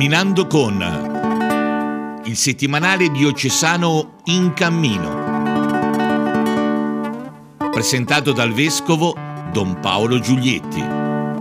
Camminando con il settimanale diocesano In Cammino, presentato dal vescovo Don Paolo Giulietti.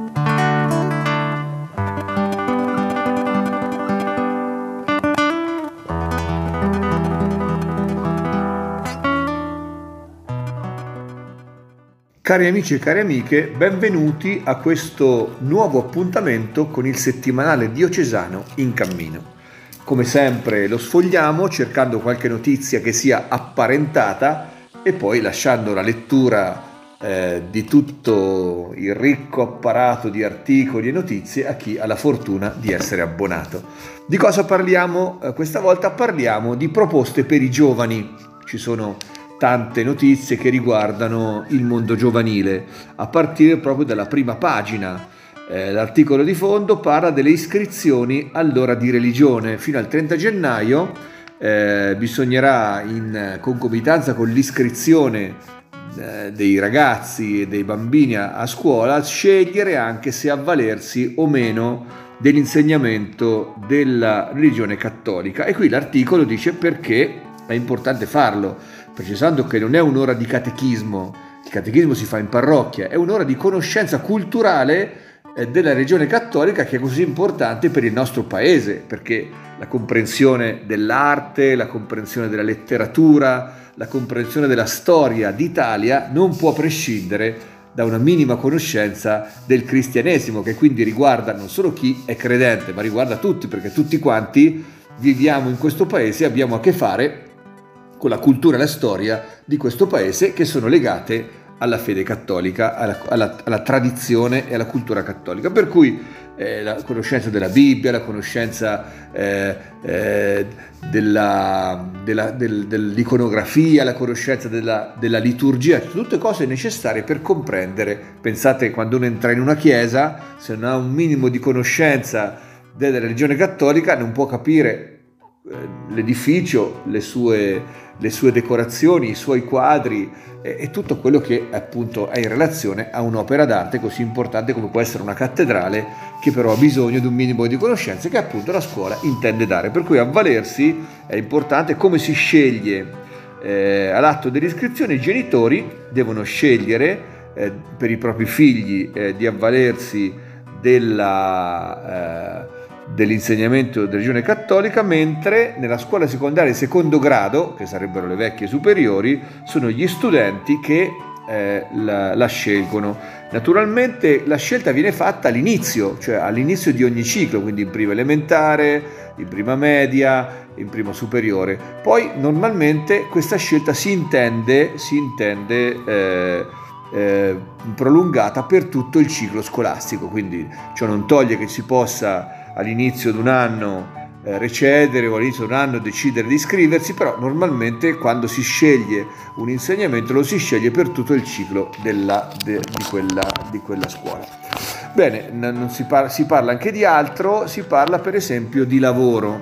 Cari amici e cari amiche, benvenuti a questo nuovo appuntamento con il settimanale diocesano In Cammino. Come sempre lo sfogliamo cercando qualche notizia che sia apparentata e poi lasciando la lettura di tutto il ricco apparato di articoli e notizie a chi ha la fortuna di essere abbonato. Di cosa parliamo? Questa volta parliamo di proposte per i giovani. Ci sono tante notizie che riguardano il mondo giovanile, a partire proprio dalla prima pagina. L'articolo di fondo parla delle iscrizioni all'ora di religione. Fino al 30 gennaio bisognerà, in concomitanza con l'iscrizione dei ragazzi e dei bambini a scuola, scegliere anche se avvalersi o meno dell'insegnamento della religione cattolica. E qui l'articolo dice perché è importante farlo, precisando che non è un'ora di catechismo, il catechismo si fa in parrocchia, è un'ora di conoscenza culturale della religione cattolica, che è così importante per il nostro paese, perché la comprensione dell'arte, la comprensione della letteratura, la comprensione della storia d'Italia non può prescindere da una minima conoscenza del cristianesimo, che quindi riguarda non solo chi è credente, ma riguarda tutti, perché tutti quanti viviamo in questo paese e abbiamo a che fare con la cultura e la storia di questo paese, che sono legate alla fede cattolica, alla tradizione e alla cultura cattolica. Per cui la conoscenza della Bibbia, la conoscenza dell'iconografia, la conoscenza della liturgia, tutte cose necessarie per comprendere. Pensate, quando uno entra in una chiesa, se non ha un minimo di conoscenza della religione cattolica, non può capire l'edificio, le sue decorazioni, i suoi quadri e tutto quello che appunto è in relazione a un'opera d'arte così importante come può essere una cattedrale, che però ha bisogno di un minimo di conoscenze che appunto la scuola intende dare. Per cui avvalersi è importante. Come si sceglie? All'atto dell'iscrizione i genitori devono scegliere per i propri figli di avvalersi dell'insegnamento della religione cattolica, mentre nella scuola secondaria di secondo grado, che sarebbero le vecchie superiori, sono gli studenti che la scelgono. Naturalmente la scelta viene fatta all'inizio, cioè all'inizio di ogni ciclo, quindi in prima elementare, in prima media, in prima superiore. Poi normalmente questa scelta si intende prolungata per tutto il ciclo scolastico, quindi ciò non toglie che si possa all'inizio di un anno recedere o all'inizio di un anno decidere di iscriversi, però normalmente quando si sceglie un insegnamento lo si sceglie per tutto il ciclo di quella scuola. Bene, si parla anche di altro, si parla per esempio di lavoro.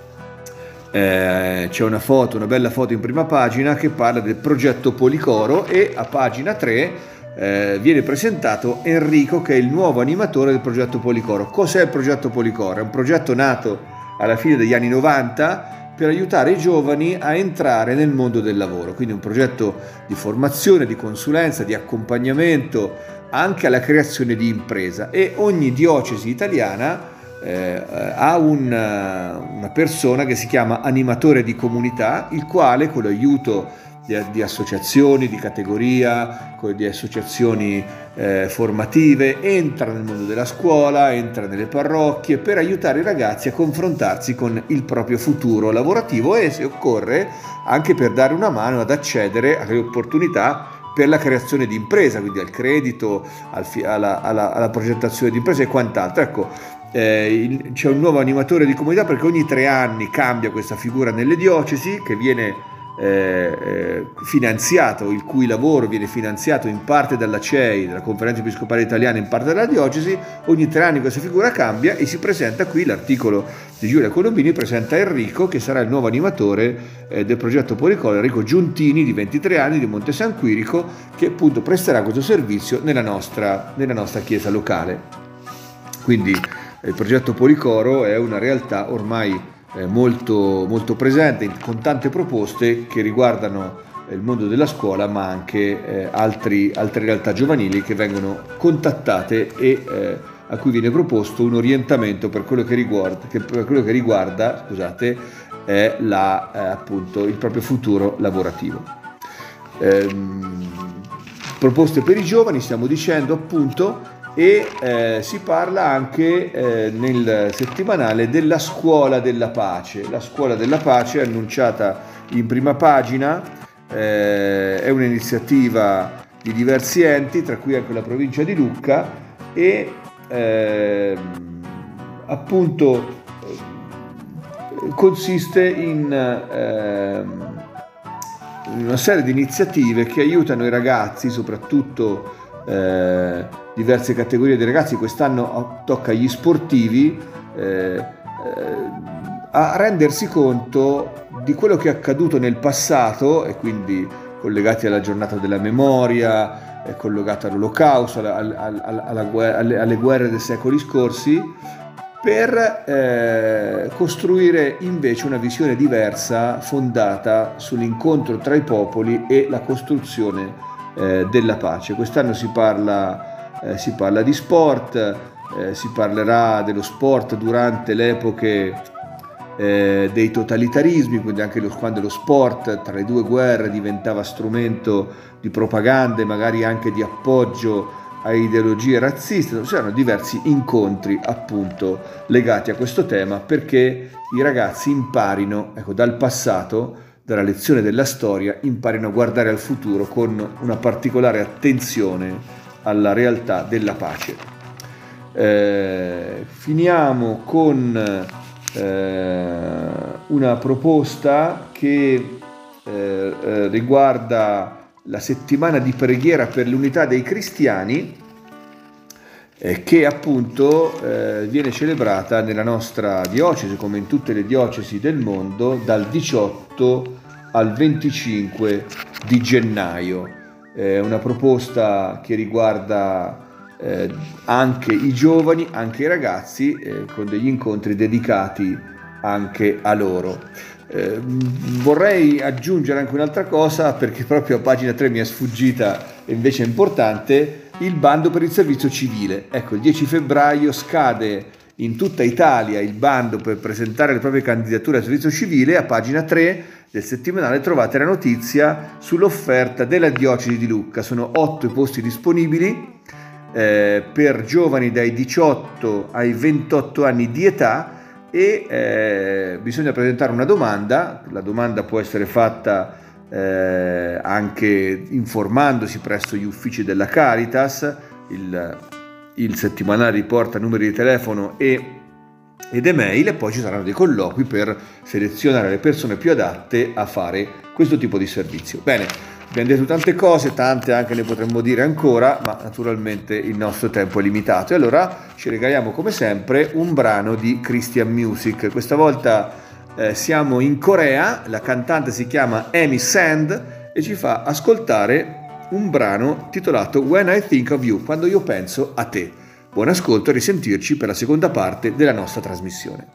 C'è una bella foto in prima pagina che parla del progetto Policoro, e a pagina 3 viene presentato Enrico, che è il nuovo animatore del progetto Policoro. Cos'è il progetto Policoro? È un progetto nato alla fine degli anni 90 per aiutare i giovani a entrare nel mondo del lavoro, quindi un progetto di formazione, di consulenza, di accompagnamento anche alla creazione di impresa. E ogni diocesi italiana ha una persona che si chiama animatore di comunità, il quale con l'aiuto di associazioni, di categoria, di associazioni formative, entra nel mondo della scuola, entra nelle parrocchie per aiutare i ragazzi a confrontarsi con il proprio futuro lavorativo e, se occorre, anche per dare una mano ad accedere alle opportunità per la creazione di impresa, quindi al credito, alla progettazione di impresa e quant'altro. Ecco, c'è un nuovo animatore di comunità perché ogni 3 anni cambia questa figura nelle diocesi, che viene finanziato, il cui lavoro viene finanziato in parte dalla CEI, dalla Conferenza Episcopale Italiana, in parte dalla diocesi. Ogni 3 anni questa figura cambia e si presenta qui. L'articolo di Giulia Colombini presenta Enrico, che sarà il nuovo animatore del progetto Policoro, Enrico Giuntini, di 23 anni, di Monte San Quirico, che appunto presterà questo servizio nella nostra chiesa locale. Quindi Il progetto Policoro è una realtà ormai molto, molto presente, con tante proposte che riguardano il mondo della scuola, ma anche altre realtà giovanili che vengono contattate e a cui viene proposto un orientamento per quello che riguarda, scusate, appunto il proprio futuro lavorativo. Proposte per i giovani, stiamo dicendo appunto, e si parla anche nel settimanale della Scuola della Pace. La Scuola della Pace è annunciata in prima pagina, è un'iniziativa di diversi enti, tra cui anche la provincia di Lucca, e appunto consiste in una serie di iniziative che aiutano i ragazzi, soprattutto diverse categorie di ragazzi. Quest'anno tocca agli sportivi, a rendersi conto di quello che è accaduto nel passato, e quindi collegati alla giornata della memoria, collegato all'Olocausto, alle guerre dei secoli scorsi, per costruire invece una visione diversa fondata sull'incontro tra i popoli e la costruzione della pace. Quest'anno si parla di sport, si parlerà dello sport durante le epoche dei totalitarismi, quindi anche quando lo sport tra le due guerre diventava strumento di propaganda e magari anche di appoggio a ideologie razziste. C'erano diversi incontri appunto legati a questo tema, perché i ragazzi imparino, dal passato, dalla lezione della storia, imparino a guardare al futuro con una particolare attenzione alla realtà della pace. Finiamo con una proposta che riguarda la settimana di preghiera per l'unità dei cristiani, che appunto viene celebrata nella nostra diocesi, come in tutte le diocesi del mondo, dal 18 al 25 di gennaio. È una proposta che riguarda anche i giovani, anche i ragazzi, con degli incontri dedicati anche a loro. Vorrei aggiungere anche un'altra cosa, perché proprio a pagina 3 mi è sfuggita e invece è importante: il bando per il servizio civile. Il 10 febbraio scade in tutta Italia il bando per presentare le proprie candidature al servizio civile. A pagina 3 del settimanale trovate la notizia sull'offerta della diocesi di Lucca. Sono 8 i posti disponibili per giovani dai 18 ai 28 anni di età, e bisogna presentare una domanda. La domanda può essere fatta anche informandosi presso gli uffici della Caritas. Il settimanale riporta numeri di telefono ed email, e poi ci saranno dei colloqui per selezionare le persone più adatte a fare questo tipo di servizio. Bene, abbiamo detto tante cose, tante anche ne potremmo dire ancora, ma naturalmente il nostro tempo è limitato, e allora ci regaliamo come sempre un brano di Christian Music. Questa volta siamo in Corea, la cantante si chiama Amy Sand e ci fa ascoltare un brano titolato When I Think of You, quando io penso a te. Buon ascolto e risentirci per la seconda parte della nostra trasmissione.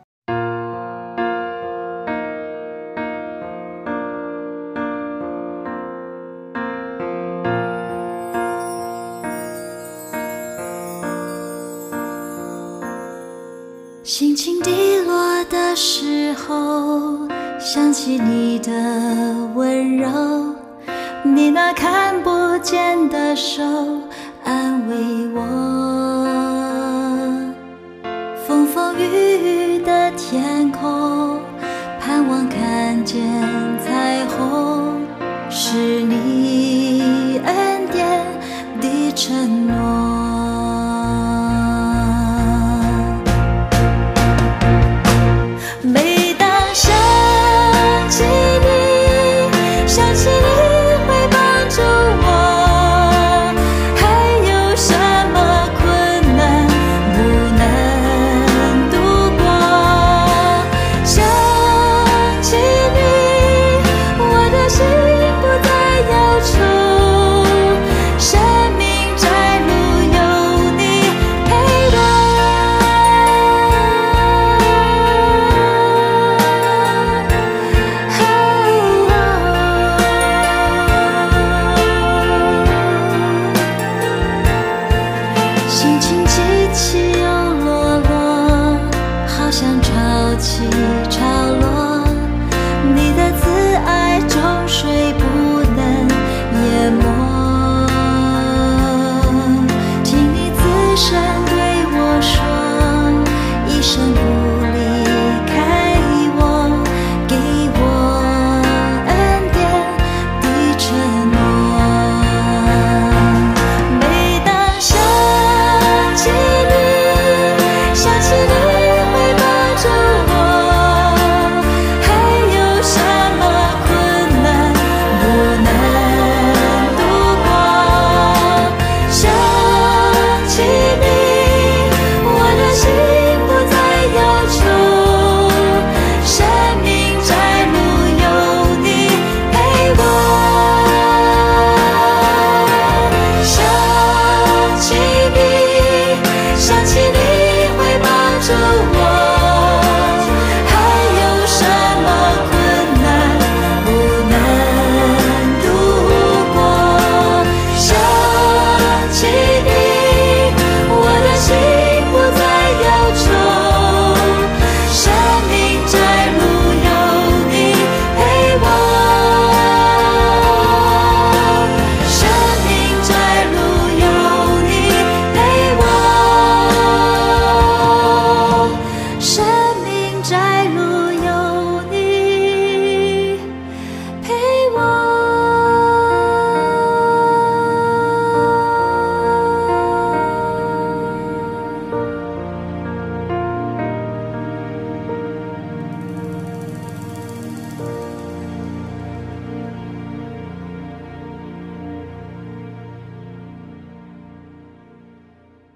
心情低落的时候，想起你的温柔，你那看不见的手安慰我。风风雨雨的天空，盼望看见彩虹，是你恩典的承诺。每当想起你，想起你会帮助我，还有什么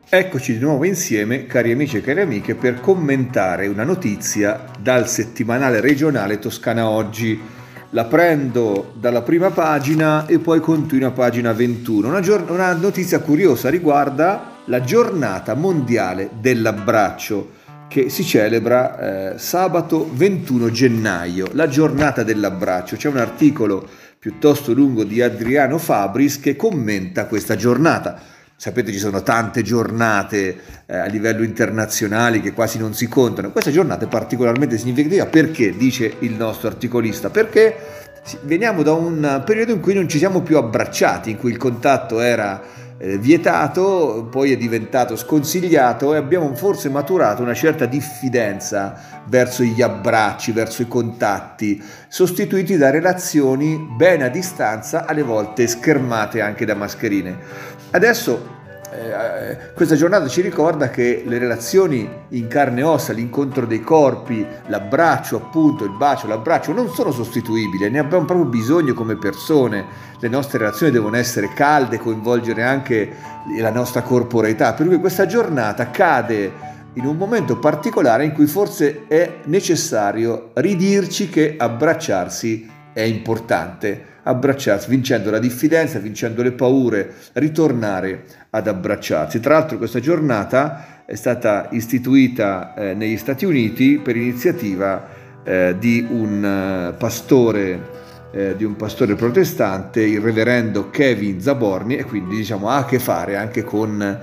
Eccoci di nuovo insieme, cari amici e cari amiche, per commentare una notizia dal settimanale regionale Toscana Oggi. La prendo dalla prima pagina e poi continuo a pagina 21. Una notizia curiosa riguarda la giornata mondiale dell'abbraccio che si celebra sabato 21 gennaio, la giornata dell'abbraccio. C'è un articolo piuttosto lungo di Adriano Fabris che commenta questa giornata. Sapete, ci sono tante giornate a livello internazionale che quasi non si contano. Questa giornata è particolarmente significativa perché, dice il nostro articolista, perché veniamo da un periodo in cui non ci siamo più abbracciati, in cui il contatto era vietato, poi è diventato sconsigliato e abbiamo forse maturato una certa diffidenza verso gli abbracci, verso i contatti, sostituiti da relazioni ben a distanza, alle volte schermate anche da mascherine. Adesso questa giornata ci ricorda che le relazioni in carne e ossa, l'incontro dei corpi, l'abbraccio, appunto, il bacio, l'abbraccio non sono sostituibili, ne abbiamo proprio bisogno come persone. Le nostre relazioni devono essere calde, coinvolgere anche la nostra corporeità, per cui questa giornata cade in un momento particolare in cui forse è necessario ridirci che abbracciarsi è importante. Abbracciarsi, vincendo la diffidenza, vincendo le paure, ritornare ad abbracciarsi. Tra l'altro questa giornata è stata istituita negli Stati Uniti per iniziativa di un pastore protestante, il reverendo Kevin Zaborni, e quindi ha a che fare anche con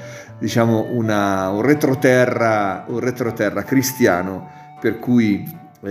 un retroterra cristiano, per cui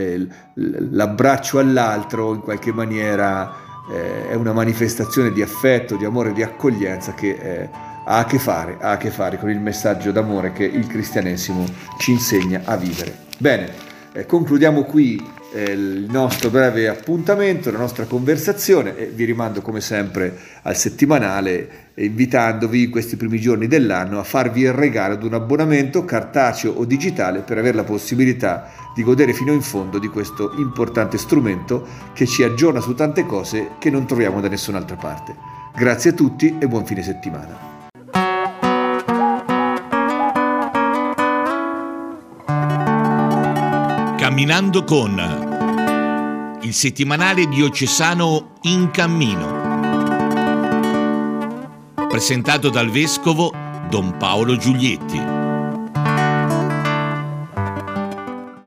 l'abbraccio all'altro in qualche maniera è una manifestazione di affetto, di amore, di accoglienza che ha a che fare con il messaggio d'amore che il cristianesimo ci insegna a vivere. Bene, concludiamo qui il nostro breve appuntamento, la nostra conversazione, e vi rimando come sempre al settimanale, invitandovi in questi primi giorni dell'anno a farvi il regalo di un abbonamento cartaceo o digitale per avere la possibilità di godere fino in fondo di questo importante strumento che ci aggiorna su tante cose che non troviamo da nessun'altra parte. Grazie a tutti e buon fine settimana. Camminando con il settimanale diocesano In Cammino, presentato dal vescovo Don Paolo Giulietti.